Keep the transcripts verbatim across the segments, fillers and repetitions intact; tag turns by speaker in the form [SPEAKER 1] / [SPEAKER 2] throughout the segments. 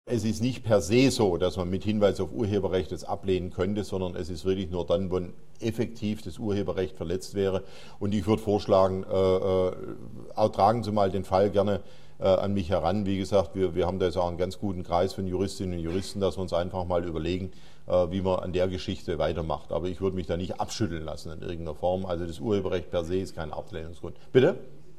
[SPEAKER 1] Es ist nicht per se so, dass man mit Hinweis auf Urheberrecht das ablehnen könnte, sondern es ist wirklich nur dann, wenn effektiv das Urheberrecht verletzt wäre. Und ich würde vorschlagen, äh, äh, auch tragen Sie mal den Fall gerne äh, an mich heran. Wie gesagt, wir, wir haben da jetzt auch einen ganz guten Kreis von Juristinnen und Juristen, dass wir uns einfach mal überlegen, äh, wie man an der Geschichte weitermacht. Aber ich würde mich da nicht abschütteln lassen in irgendeiner Form. Also das Urheberrecht per se ist kein Ablehnungsgrund. Bitte?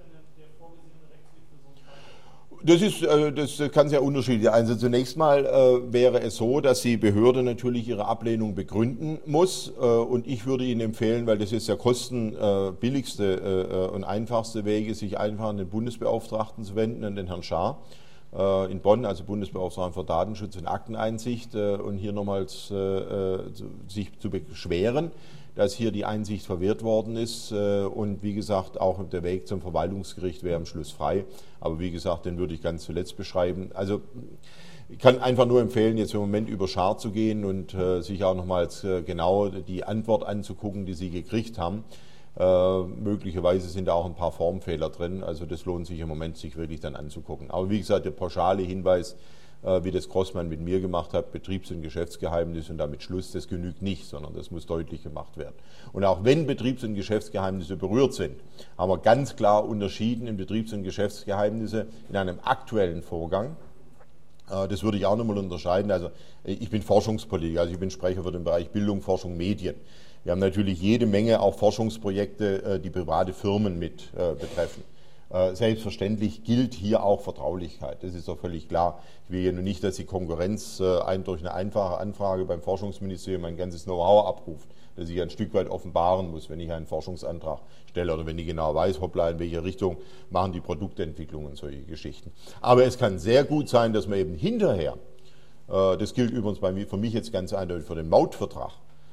[SPEAKER 1] Das ist, das kann sehr unterschiedlich sein. Also zunächst mal äh, wäre es so, dass die Behörde natürlich ihre Ablehnung begründen muss. Äh, und ich würde Ihnen empfehlen, weil das ist der kostenbilligste äh, und einfachste Weg, sich einfach an den Bundesbeauftragten zu wenden, an den Herrn Schaar äh, in Bonn, also Bundesbeauftragten für Datenschutz und Akteneinsicht, äh, und hier nochmals äh, sich zu beschweren, dass hier die Einsicht verwehrt worden ist, und wie gesagt, auch der Weg zum Verwaltungsgericht wäre am Schluss frei, aber wie gesagt, den würde ich ganz zuletzt beschreiben. Also ich kann einfach nur empfehlen, jetzt im Moment über Schaar zu gehen und äh, sich auch nochmals äh, genau die Antwort anzugucken, die Sie gekriegt haben. Äh, möglicherweise sind da auch ein paar Formfehler drin, also das lohnt sich im Moment, sich wirklich dann anzugucken. Aber wie gesagt, der pauschale Hinweis, wie das Grossmann mit mir gemacht hat, Betriebs- und Geschäftsgeheimnis und damit Schluss, das genügt nicht, sondern das muss deutlich gemacht werden. Und auch wenn Betriebs- und Geschäftsgeheimnisse berührt sind, haben wir ganz klar unterschieden in Betriebs- und Geschäftsgeheimnisse in einem aktuellen Vorgang. Das würde ich auch nochmal unterscheiden. Also ich bin Forschungspolitiker, also ich bin Sprecher für den Bereich Bildung, Forschung, Medien. Wir haben natürlich jede Menge auch Forschungsprojekte, die private Firmen mit betreffen. Selbstverständlich gilt hier auch Vertraulichkeit, das ist doch völlig klar. Ich will ja nur nicht, dass die Konkurrenz äh, durch eine einfache Anfrage beim Forschungsministerium mein ganzes Know-how abruft, dass ich ein Stück weit offenbaren muss, wenn ich einen Forschungsantrag stelle oder wenn ich genau weiß, hoppla, in welche Richtung machen die Produktentwicklung und solche Geschichten. Aber es kann sehr gut sein, dass man eben hinterher, äh, das gilt übrigens bei mir, für mich jetzt ganz eindeutig für den Mautvertrag,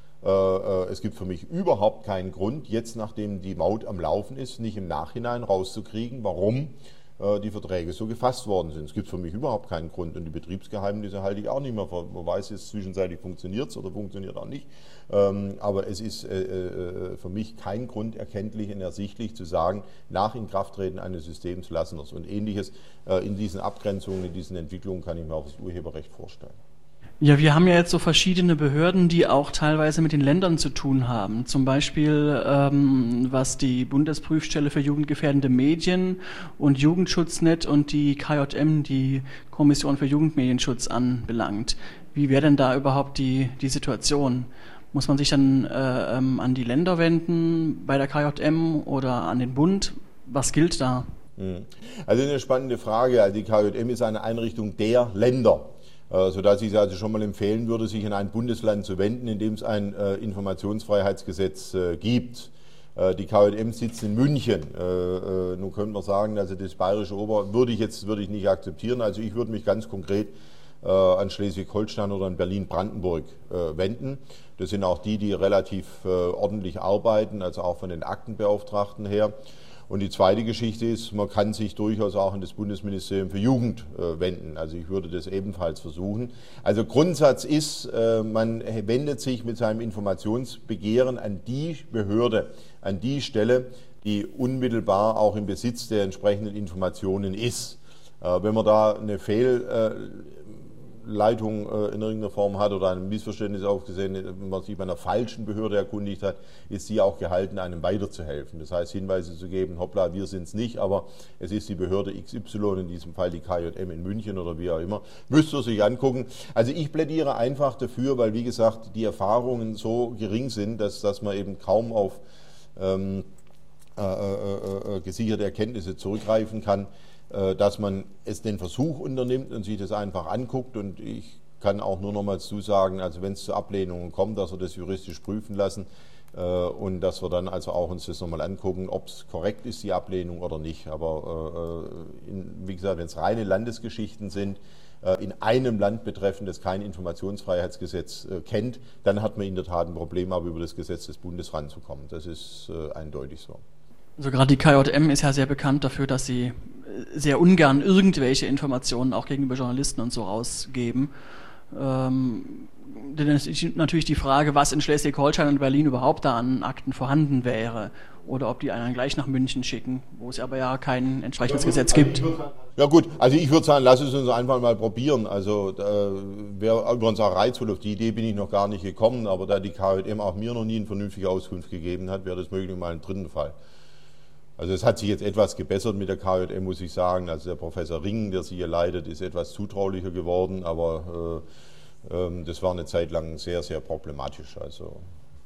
[SPEAKER 1] es gibt für mich überhaupt keinen Grund, jetzt nachdem die Maut am Laufen ist, nicht im Nachhinein rauszukriegen, warum die Verträge so gefasst worden sind. Es gibt für mich überhaupt keinen Grund und die Betriebsgeheimnisse halte ich auch nicht mehr vor. Man weiß jetzt zwischenzeitlich funktioniert es oder funktioniert auch nicht, aber es ist für mich kein Grund erkenntlich und ersichtlich zu sagen, nach Inkrafttreten eines Systems lassen wir es und Ähnliches. In diesen Abgrenzungen, in diesen Entwicklungen kann ich mir auch das Urheberrecht vorstellen.
[SPEAKER 2] Ja, wir haben ja jetzt so verschiedene Behörden, die auch teilweise mit den Ländern zu tun haben. Zum Beispiel ähm, was die Bundesprüfstelle für jugendgefährdende Medien und Jugendschutznet und die K J M, die Kommission für Jugendmedienschutz, anbelangt. Wie wäre denn da überhaupt die, die Situation? Muss man sich dann äh, ähm, an die Länder wenden bei der K J M oder an den Bund? Was gilt da?
[SPEAKER 1] Also eine spannende Frage. Also die K J M ist eine Einrichtung der Länder, sodass ich also schon mal empfehlen würde, sich in ein Bundesland zu wenden, in dem es ein äh, Informationsfreiheitsgesetz äh, gibt. Äh, die K J M sitzt in München. Äh, äh, nun könnte man sagen, also das bayerische Ober würde ich jetzt würde ich nicht akzeptieren. Also ich würde mich ganz konkret äh, an Schleswig-Holstein oder an Berlin-Brandenburg äh, wenden. Das sind auch die, die relativ äh, ordentlich arbeiten, also auch von den Aktenbeauftragten her. Und die zweite Geschichte ist, man kann sich durchaus auch an das Bundesministerium für Jugend äh, wenden. Also ich würde das ebenfalls versuchen. Also Grundsatz ist, äh, man wendet sich mit seinem Informationsbegehren an die Behörde, an die Stelle, die unmittelbar auch im Besitz der entsprechenden Informationen ist. Äh, wenn man da eine Fehl äh, Leitung in irgendeiner Form hat oder ein Missverständnis aufgesehen, wenn man sich bei einer falschen Behörde erkundigt hat, ist sie auch gehalten, einem weiterzuhelfen. Das heißt, Hinweise zu geben, hoppla, wir sind es nicht, aber es ist die Behörde X Y, in diesem Fall die K J M in München oder wie auch immer, müsst ihr sich angucken. Also ich plädiere einfach dafür, weil wie gesagt, die Erfahrungen so gering sind, dass, dass man eben kaum auf ähm, äh, äh, äh, gesicherte Erkenntnisse zurückgreifen kann, dass man es den Versuch unternimmt und sich das einfach anguckt. Und ich kann auch nur nochmals zusagen, also wenn es zu Ablehnungen kommt, dass wir das juristisch prüfen lassen äh, und dass wir dann also auch uns das nochmal angucken, ob es korrekt ist, die Ablehnung oder nicht. Aber äh, in, wie gesagt, wenn es reine Landesgeschichten sind, äh, in einem Land betreffend, das kein Informationsfreiheitsgesetz äh, kennt, dann hat man in der Tat ein Problem, aber über das Gesetz des Bundes ranzukommen. Das ist äh, eindeutig so.
[SPEAKER 2] Also gerade die K J M ist ja sehr bekannt dafür, dass sie sehr ungern irgendwelche Informationen auch gegenüber Journalisten und so rausgeben. Ähm, denn es ist natürlich die Frage, was in Schleswig-Holstein und Berlin überhaupt da an Akten vorhanden wäre. oder ob die einen gleich nach München schicken, wo es aber ja kein entsprechendes Gesetz gibt.
[SPEAKER 1] Ja gut, also ich würde sagen, lass es uns einfach mal probieren. Also äh, wäre übrigens auch reizvoll, auf die Idee bin ich noch gar nicht gekommen, aber da die K J M auch mir noch nie eine vernünftige Auskunft gegeben hat, wäre das möglich mal ein dritten Fall. Also es hat sich jetzt etwas gebessert mit der K J M, muss ich sagen. Also der Professor Ring, der sie hier leitet, ist etwas zutraulicher geworden, aber äh, äh, das war eine Zeit lang sehr, sehr problematisch. Also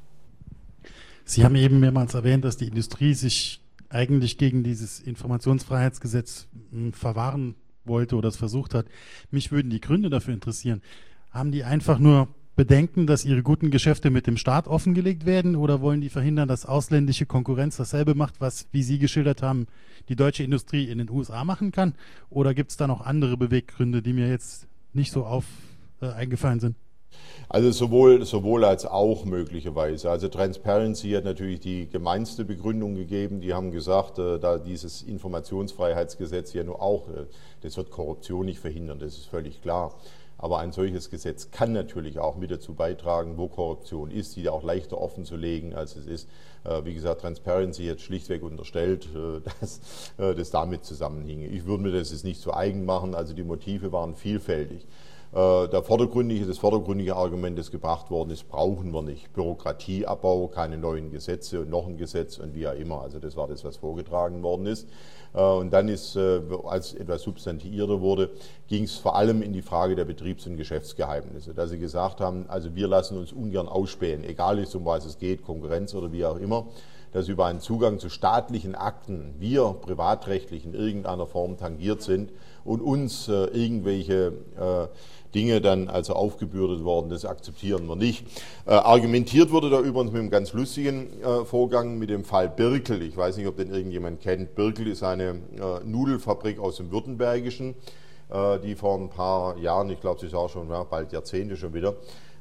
[SPEAKER 3] Sie haben eben mehrmals erwähnt, dass die Industrie sich eigentlich gegen dieses Informationsfreiheitsgesetz mh, verwahren wollte oder es versucht hat. Mich würden die Gründe dafür interessieren. Haben die einfach nur Bedenken, dass ihre guten Geschäfte mit dem Staat offengelegt werden, oder wollen die verhindern, dass ausländische Konkurrenz dasselbe macht, was, wie Sie geschildert haben, die deutsche Industrie in den U S A machen kann? Oder gibt es da noch andere Beweggründe, die mir jetzt nicht so auf, äh, eingefallen sind?
[SPEAKER 1] Also sowohl, sowohl als auch möglicherweise. Also Transparency hat natürlich die gemeinste Begründung gegeben. Die haben gesagt, äh, da dieses Informationsfreiheitsgesetz ja nur auch, äh, das wird Korruption nicht verhindern, das ist völlig klar. Aber ein solches Gesetz kann natürlich auch mit dazu beitragen, wo Korruption ist, die auch leichter offen zu legen, als es ist. Äh, wie gesagt, Transparency hat schlichtweg unterstellt, äh, dass äh, das damit zusammenhinge. Ich würde mir das jetzt nicht zu eigen machen, also die Motive waren vielfältig. Der vordergründige, das vordergründige Argument, das gebracht worden ist, brauchen wir nicht. Bürokratieabbau, keine neuen Gesetze und noch ein Gesetz und wie auch immer. Also das war das, was vorgetragen worden ist. Und dann ist, als etwas substantiierter wurde, ging es vor allem in die Frage der Betriebs- und Geschäftsgeheimnisse. Dass sie gesagt haben, also wir lassen uns ungern ausspähen, egal um was es geht, Konkurrenz oder wie auch immer, dass über einen Zugang zu staatlichen Akten wir privatrechtlich in irgendeiner Form tangiert sind und uns äh, irgendwelche äh, Dinge dann also aufgebürdet worden, das akzeptieren wir nicht. Äh, argumentiert wurde da übrigens mit einem ganz lustigen äh, Vorgang mit dem Fall Birkel. Ich weiß nicht, ob den irgendjemand kennt. Birkel ist eine äh, Nudelfabrik aus dem Württembergischen, äh, die vor ein paar Jahren, ich glaube, sie ist auch schon ja, bald Jahrzehnte schon wieder,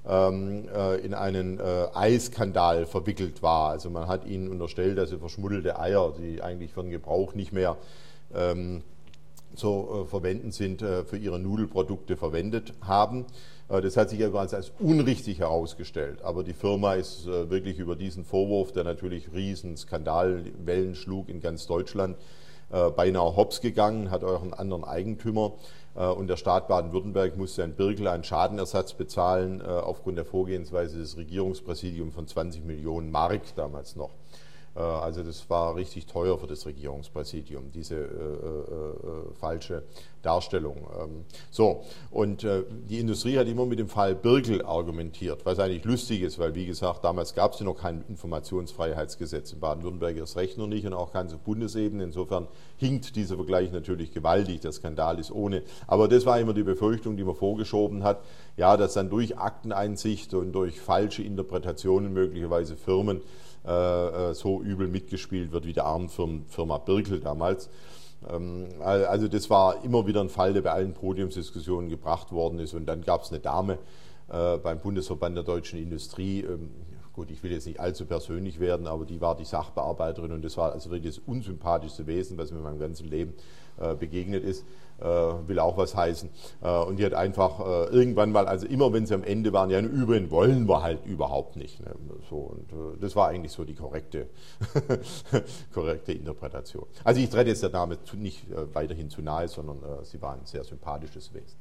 [SPEAKER 1] in einen äh, Eiskandal verwickelt war. Also man hat ihnen unterstellt, dass sie verschmuddelte Eier, die eigentlich für den Gebrauch nicht mehr ähm, zu äh, verwenden sind, äh, für ihre Nudelprodukte verwendet haben. Äh, das hat sich übrigens als unrichtig herausgestellt. Aber die Firma ist äh, wirklich über diesen Vorwurf, der natürlich riesen Skandalwellen schlug in ganz Deutschland, äh, beinahe hops gegangen, hat euren anderen Eigentümer. Und der Staat Baden-Württemberg musste in Birkel einen Schadenersatz bezahlen, äh, aufgrund der Vorgehensweise des Regierungspräsidiums von zwanzig Millionen Mark damals noch. Äh, also das war richtig teuer für das Regierungspräsidium, diese äh, äh, falsche Darstellung. Ähm, so, und äh, die Industrie hat immer mit dem Fall Birkel argumentiert, was eigentlich lustig ist, weil wie gesagt, damals gab es ja noch kein Informationsfreiheitsgesetz in Baden-Württemberg, erst recht noch nicht und auch ganz auf Bundesebene. Insofern hinkt dieser Vergleich natürlich gewaltig, der Skandal ist ohne. Aber das war immer die Befürchtung, die man vorgeschoben hat, ja, dass dann durch Akteneinsicht und durch falsche Interpretationen möglicherweise Firmen äh, so übel mitgespielt wird wie der armen Firma Birkel damals. Also das war immer wieder ein Fall, der bei allen Podiumsdiskussionen gebracht worden ist. Und dann gab es eine Dame äh, beim Bundesverband der deutschen Industrie. Ähm, gut, ich will jetzt nicht allzu persönlich werden, aber die war die Sachbearbeiterin und das war also wirklich das unsympathischste Wesen, was mir in meinem ganzen Leben äh, begegnet ist. Äh, will auch was heißen. Äh, und die hat einfach äh, irgendwann mal, also immer wenn sie am Ende waren, ja, übrigens wollen wir halt überhaupt nicht. Ne? So, und äh, das war eigentlich so die korrekte, korrekte Interpretation. Also ich trete jetzt der Dame zu, nicht äh, weiterhin zu nahe, sondern äh, sie war ein sehr sympathisches Wesen.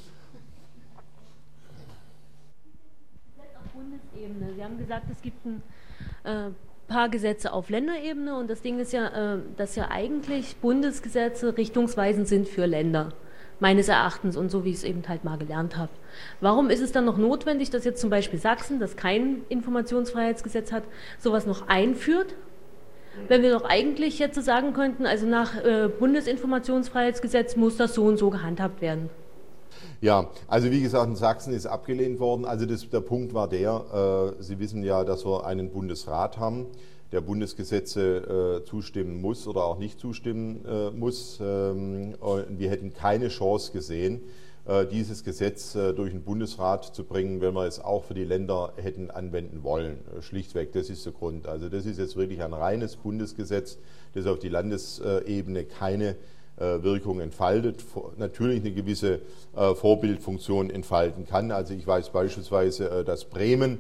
[SPEAKER 4] Auf Bundesebene. Sie haben gesagt, es gibt ein äh, paar Gesetze auf Länderebene und das Ding ist ja, äh, dass ja eigentlich Bundesgesetze richtungsweisend sind für Länder, meines Erachtens und so wie ich es eben halt mal gelernt habe. Warum ist es dann noch notwendig, dass jetzt zum Beispiel Sachsen, das kein Informationsfreiheitsgesetz hat, sowas noch einführt? Wenn wir doch eigentlich jetzt sagen könnten, also nach äh, Bundesinformationsfreiheitsgesetz muss das so und so gehandhabt werden.
[SPEAKER 1] Ja, also wie gesagt, in Sachsen ist abgelehnt worden. Also das, der Punkt war der, äh, Sie wissen ja, dass wir einen Bundesrat haben, der Bundesgesetze äh, zustimmen muss oder auch nicht zustimmen äh, muss. Ähm, und wir hätten keine Chance gesehen, äh, dieses Gesetz äh, durch den Bundesrat zu bringen, wenn wir es auch für die Länder hätten anwenden wollen. Äh, schlichtweg, das ist der Grund. Also das ist jetzt wirklich ein reines Bundesgesetz, das auf die Landesebene keine Wirkung entfaltet, natürlich eine gewisse äh, Vorbildfunktion entfalten kann. Also ich weiß beispielsweise, äh, dass Bremen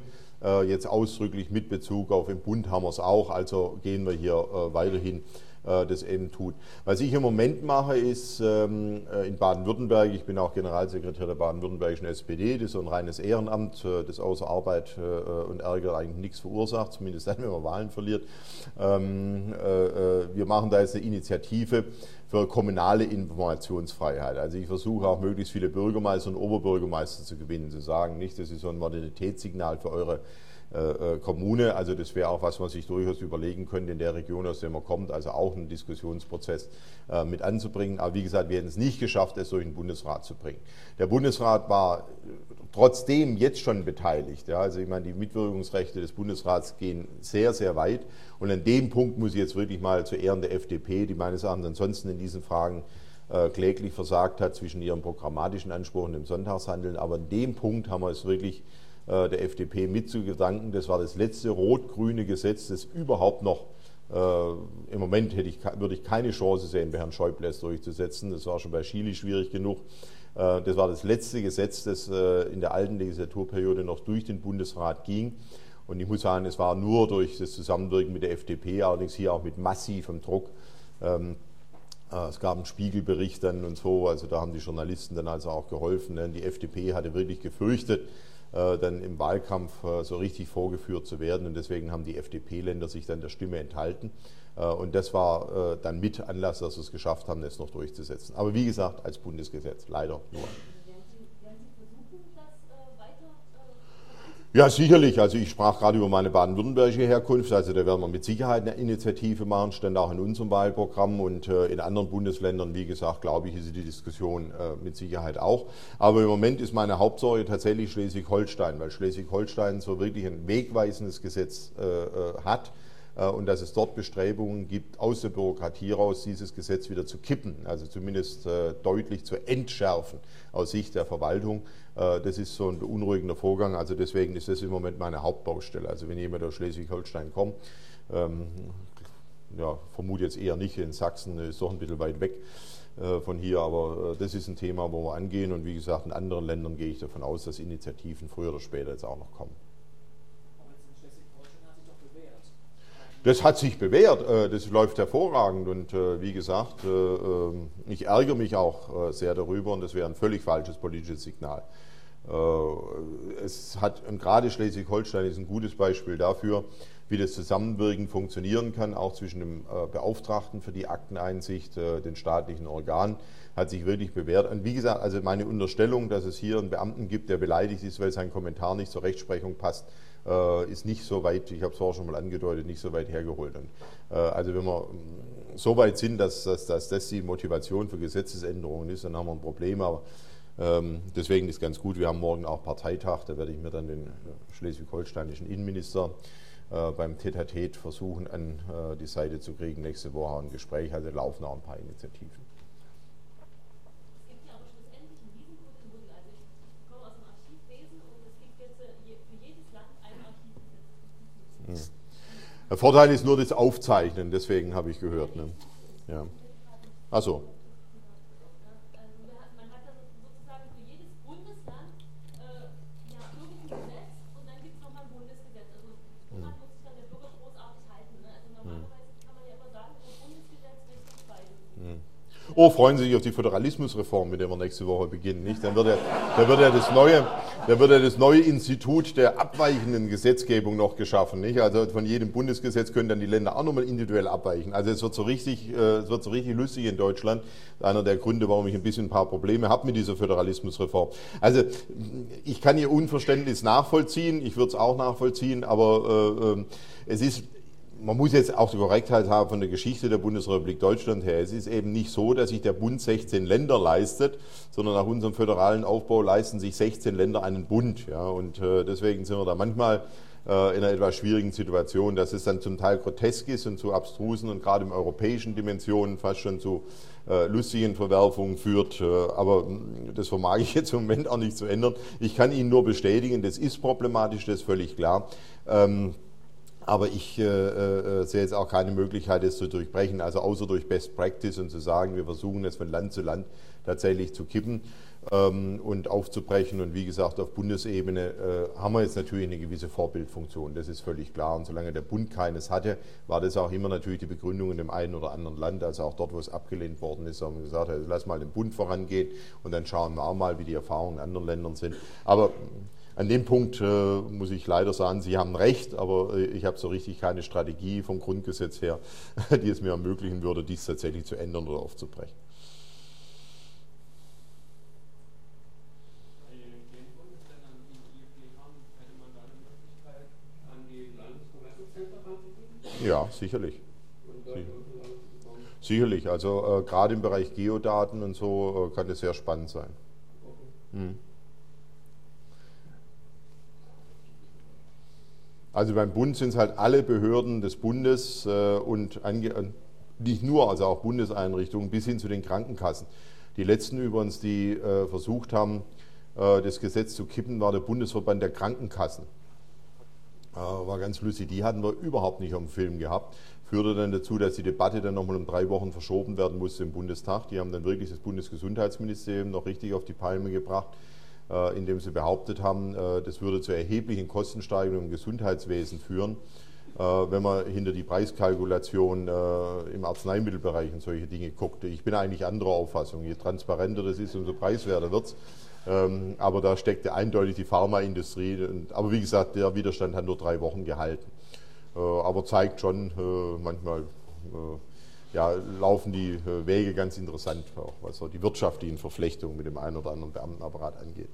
[SPEAKER 1] äh, jetzt ausdrücklich mit Bezug auf den Bund haben wir es auch, also gehen wir hier äh, weiterhin das eben tut. Was ich im Moment mache, ist ähm, in Baden-Württemberg, ich bin auch Generalsekretär der baden-württembergischen S P D, das ist so ein reines Ehrenamt, äh, das außer Arbeit äh, und Ärger eigentlich nichts verursacht, zumindest dann, wenn man Wahlen verliert. Ähm, äh, wir machen da jetzt eine Initiative für kommunale Informationsfreiheit. Also ich versuche auch möglichst viele Bürgermeister und Oberbürgermeister zu gewinnen, zu sagen, nicht, das ist so ein Modernitätssignal für eure Äh, Kommune, also das wäre auch was, was man sich durchaus überlegen könnte in der Region, aus der man kommt, also auch einen Diskussionsprozess äh, mit anzubringen. Aber wie gesagt, wir hätten es nicht geschafft, es durch den Bundesrat zu bringen. Der Bundesrat war trotzdem jetzt schon beteiligt. Ja, also ich meine, die Mitwirkungsrechte des Bundesrats gehen sehr, sehr weit. Und an dem Punkt muss ich jetzt wirklich mal zu Ehren der F D P, die meines Erachtens ansonsten in diesen Fragen äh, kläglich versagt hat zwischen ihrem programmatischen Anspruch und dem Sonntagshandeln. Aber an dem Punkt haben wir es wirklich der F D P mitzugedanken. Das war das letzte rot-grüne Gesetz, das überhaupt noch, äh, im Moment hätte ich, würde ich keine Chance sehen, bei Herrn Schäuble es durchzusetzen. Das war schon bei Schily schwierig genug. Äh, das war das letzte Gesetz, das äh, in der alten Legislaturperiode noch durch den Bundesrat ging. Und ich muss sagen, es war nur durch das Zusammenwirken mit der F D P, allerdings hier auch mit massivem Druck. Ähm, äh, es gab einen Spiegelbericht dann und so, also da haben die Journalisten dann also auch geholfen. Ne? Die F D P hatte wirklich gefürchtet, dann im Wahlkampf so richtig vorgeführt zu werden. Und deswegen haben die F D P-Länder sich dann der Stimme enthalten. Und das war dann mit Anlass, dass wir es geschafft haben, es noch durchzusetzen. Aber wie gesagt, als Bundesgesetz, leider nur. Ja, sicherlich. Also ich sprach gerade über meine baden-württembergische Herkunft. Also da werden wir mit Sicherheit eine Initiative machen, stand auch in unserem Wahlprogramm. Und äh, in anderen Bundesländern, wie gesagt, glaube ich, ist die Diskussion äh, mit Sicherheit auch. Aber im Moment ist meine Hauptsorge tatsächlich Schleswig-Holstein, weil Schleswig-Holstein so wirklich ein wegweisendes Gesetz äh, äh, hat. Und dass es dort Bestrebungen gibt, aus der Bürokratie raus dieses Gesetz wieder zu kippen, also zumindest äh, deutlich zu entschärfen aus Sicht der Verwaltung. Äh, das ist so ein beunruhigender Vorgang, also deswegen ist das im Moment meine Hauptbaustelle. Also wenn jemand aus Schleswig-Holstein kommt, ähm, ja, vermute jetzt eher nicht, in Sachsen ist doch ein bisschen weit weg äh, von hier, aber äh, das ist ein Thema, wo wir angehen und wie gesagt, in anderen Ländern gehe ich davon aus, dass Initiativen früher oder später jetzt auch noch kommen. Das hat sich bewährt, das läuft hervorragend und wie gesagt, ich ärgere mich auch sehr darüber und das wäre ein völlig falsches politisches Signal. Es hat, und gerade Schleswig-Holstein ist ein gutes Beispiel dafür, wie das Zusammenwirken funktionieren kann, auch zwischen dem Beauftragten für die Akteneinsicht, den staatlichen Organen, hat sich wirklich bewährt. Und wie gesagt, also meine Unterstellung, dass es hier einen Beamten gibt, der beleidigt ist, weil sein Kommentar nicht zur Rechtsprechung passt, ist nicht so weit, ich habe es vorher schon mal angedeutet, nicht so weit hergeholt. Und, äh, also wenn wir so weit sind, dass, dass, dass das die Motivation für Gesetzesänderungen ist, dann haben wir ein Problem. Aber ähm, deswegen ist ganz gut, wir haben morgen auch Parteitag, da werde ich mir dann den schleswig-holsteinischen Innenminister äh, beim Tête-à-Tête versuchen, an äh, die Seite zu kriegen. Nächste Woche ein Gespräch, also laufen auch ein paar Initiativen. Der Vorteil ist nur das Aufzeichnen, deswegen habe ich gehört. Ne? Ja. Ach so.
[SPEAKER 4] Man hat dann sozusagen für jedes Bundesland äh, ja, irgendein Gesetz und dann gibt es nochmal ein Bundesgesetz. Also woran muss sich dann der Bürger großartig halten? Ne? Also normalerweise kann man ja immer sagen, das Bundesgesetz richtet beide.
[SPEAKER 1] Oh, freuen Sie sich auf die Föderalismusreform, mit der wir nächste Woche beginnen. Nicht? Dann wird ja, da wird ja das neue, da wird ja das neue Institut der abweichenden Gesetzgebung noch geschaffen. Nicht? Also von jedem Bundesgesetz können dann die Länder auch nochmal individuell abweichen. Also es wird so richtig, äh, es wird so richtig lustig in Deutschland. Einer der Gründe, warum ich ein bisschen ein paar Probleme habe mit dieser Föderalismusreform. Also ich kann Ihr Unverständnis nachvollziehen, ich würde es auch nachvollziehen, aber äh, es ist man muss jetzt auch die Korrektheit haben von der Geschichte der Bundesrepublik Deutschland her. Es ist eben nicht so, dass sich der Bund sechzehn Länder leistet, sondern nach unserem föderalen Aufbau leisten sich sechzehn Länder einen Bund. Ja, und äh, deswegen sind wir da manchmal äh, in einer etwas schwierigen Situation, dass es dann zum Teil grotesk ist und zu abstrusen und gerade in europäischen Dimensionen fast schon zu äh, lustigen Verwerfungen führt. Äh, aber das vermag ich jetzt im Moment auch nicht zu ändern. Ich kann Ihnen nur bestätigen, das ist problematisch, das ist völlig klar. Ähm, Aber ich äh, äh, sehe jetzt auch keine Möglichkeit, das zu durchbrechen, also außer durch Best Practice und zu sagen, wir versuchen es von Land zu Land tatsächlich zu kippen. ähm, und aufzubrechen. Und wie gesagt, auf Bundesebene äh, haben wir jetzt natürlich eine gewisse Vorbildfunktion, das ist völlig klar. Und solange der Bund keines hatte, war das auch immer natürlich die Begründung in dem einen oder anderen Land, also auch dort, wo es abgelehnt worden ist, haben wir gesagt, also lass mal den Bund vorangehen und dann schauen wir auch mal, wie die Erfahrungen in anderen Ländern sind. Aber an dem Punkt äh, muss ich leider sagen, Sie haben recht, aber äh, ich habe so richtig keine Strategie vom Grundgesetz her, die es mir ermöglichen würde, dies tatsächlich zu ändern oder aufzubrechen. Ja, sicherlich. Sicherlich, also äh, gerade im Bereich Geodaten und so äh, kann das sehr spannend sein. Hm. Also beim Bund sind es halt alle Behörden des Bundes äh, und ange nicht nur, also auch Bundeseinrichtungen bis hin zu den Krankenkassen. Die letzten übrigens, die äh, versucht haben, äh, das Gesetz zu kippen, war der Bundesverband der Krankenkassen. Äh, war ganz lustig, die hatten wir überhaupt nicht auf dem Film gehabt. Führte dann dazu, dass die Debatte dann nochmal um drei Wochen verschoben werden musste im Bundestag. Die haben dann wirklich das Bundesgesundheitsministerium noch richtig auf die Palme gebracht, indem sie behauptet haben, das würde zu erheblichen Kostensteigerungen im Gesundheitswesen führen, wenn man hinter die Preiskalkulation im Arzneimittelbereich und solche Dinge guckte. Ich bin eigentlich anderer Auffassung. Je transparenter das ist, umso preiswerter wird es. Aber da steckte eindeutig die Pharmaindustrie. Aber wie gesagt, der Widerstand hat nur drei Wochen gehalten. Aber zeigt schon, manchmal ja, laufen die Wege ganz interessant, auch was so die wirtschaftlichen Verflechtungen mit dem einen oder anderen Beamtenapparat angeht.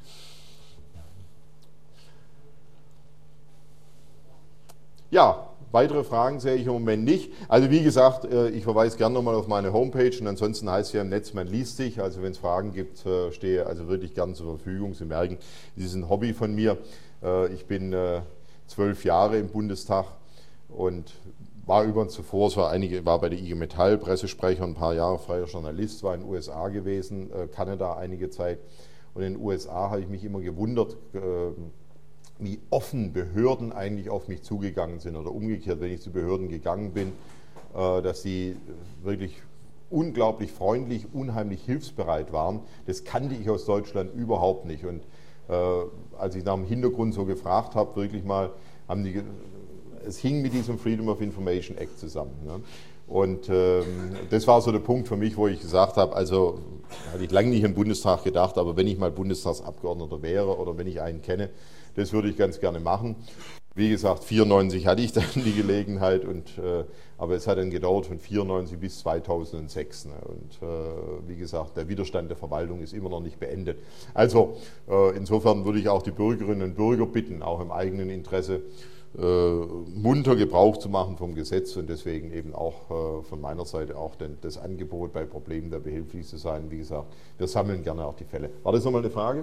[SPEAKER 1] Ja, weitere Fragen sehe ich im Moment nicht. Also wie gesagt, ich verweise gerne nochmal auf meine Homepage und ansonsten heißt es ja im Netz, man liest sich. Also wenn es Fragen gibt, stehe also wirklich gern zur Verfügung. Sie merken, das ist ein Hobby von mir. Ich bin zwölf Jahre im Bundestag und war übrigens zuvor, es war, einige, war bei der I G Metall Pressesprecher, ein paar Jahre freier Journalist, war in den U S A gewesen, äh, Kanada einige Zeit. Und in den U S A habe ich mich immer gewundert, äh, wie offen Behörden eigentlich auf mich zugegangen sind oder umgekehrt, wenn ich zu Behörden gegangen bin, äh, dass sie wirklich unglaublich freundlich, unheimlich hilfsbereit waren. Das kannte ich aus Deutschland überhaupt nicht. Und äh, als ich nach dem Hintergrund so gefragt habe, wirklich mal, haben die es hing mit diesem Freedom of Information Act zusammen. Ne? Und ähm, das war so der Punkt für mich, wo ich gesagt habe, also hatte ich lange nicht im Bundestag gedacht, aber wenn ich mal Bundestagsabgeordneter wäre oder wenn ich einen kenne, das würde ich ganz gerne machen. Wie gesagt, vierundneunzig hatte ich dann die Gelegenheit, und, äh, aber es hat dann gedauert von vierundneunzig bis zweitausendsechs. Ne? Und äh, wie gesagt, der Widerstand der Verwaltung ist immer noch nicht beendet. Also äh, insofern würde ich auch die Bürgerinnen und Bürger bitten, auch im eigenen Interesse, munter Gebrauch zu machen vom Gesetz und deswegen eben auch von meiner Seite auch das Angebot, bei Problemen da behilflich zu sein. Wie gesagt, wir sammeln gerne auch die Fälle. War das nochmal eine Frage?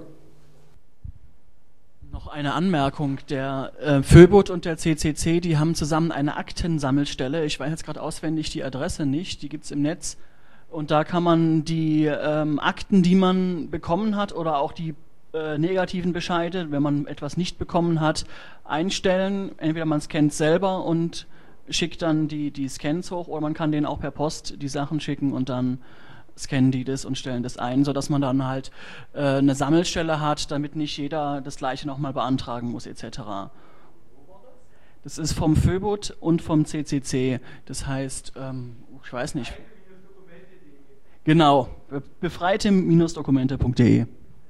[SPEAKER 2] Noch eine Anmerkung. Der äh, Föbot und der C C C, die haben zusammen eine Aktensammelstelle. Ich weiß jetzt gerade auswendig die Adresse nicht, die gibt es im Netz. Und da kann man die ähm, Akten, die man bekommen hat oder auch die negativen Bescheide, wenn man etwas nicht bekommen hat, einstellen. Entweder man scannt selber und schickt dann die, die Scans hoch, oder man kann denen auch per Post die Sachen schicken und dann scannen die das und stellen das ein, sodass man dann halt äh, eine Sammelstelle hat, damit nicht jeder das Gleiche nochmal beantragen muss et cetera. Das ist vom Föbot und vom C C C. Das heißt, ähm, ich weiß nicht. Genau, befreite Dokumente punkt de.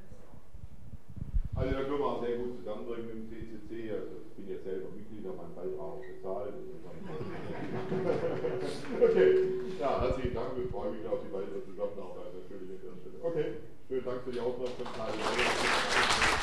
[SPEAKER 1] Also da können wir auch sehr gut zusammenbringen mit dem C C C. Also ich bin ja selber Mitglied, habe meinen Beitrag auch bezahlt. Okay, ja, herzlichen Dank, ich freue mich auf die weitere Zusammenarbeit natürlich an der Stelle. Okay, vielen Dank für die Aufmerksamkeit.